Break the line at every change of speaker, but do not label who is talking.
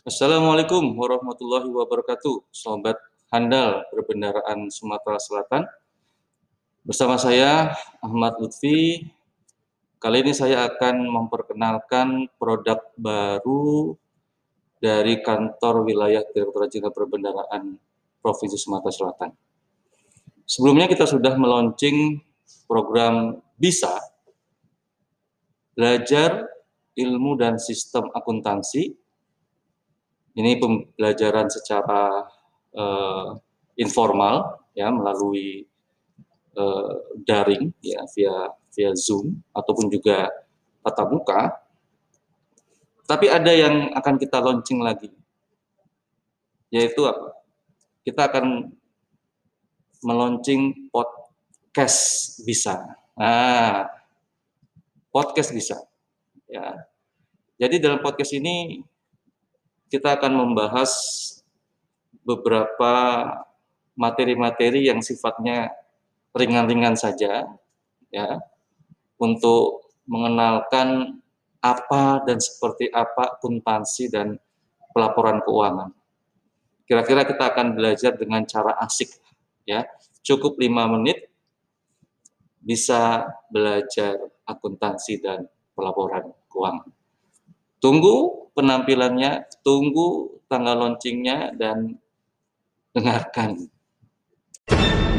Assalamualaikum warahmatullahi wabarakatuh, Sobat Handal Perbendaharaan Sumatera Selatan. Bersama saya, Ahmad Lutfi. Kali ini saya akan memperkenalkan produk baru dari kantor wilayah Direktorat Jenderal Perbendaharaan Provinsi Sumatera Selatan. Sebelumnya kita sudah meluncing program BISA, Belajar Ilmu dan Sistem Akuntansi. Ini pembelajaran secara informal ya, melalui daring ya, via Zoom ataupun juga tatap muka. Tapi ada yang akan kita launching lagi, yaitu apa? Kita akan meluncing podcast bisa. Nah, podcast bisa ya. Jadi dalam podcast ini kita akan membahas beberapa materi-materi yang sifatnya ringan-ringan saja ya, untuk mengenalkan apa dan seperti apa akuntansi dan pelaporan keuangan. Kira-kira kita akan belajar dengan cara asik ya. Cukup 5 menit bisa belajar akuntansi dan pelaporan keuangan. Tunggu penampilannya, tunggu tanggal launchingnya, dan dengarkan.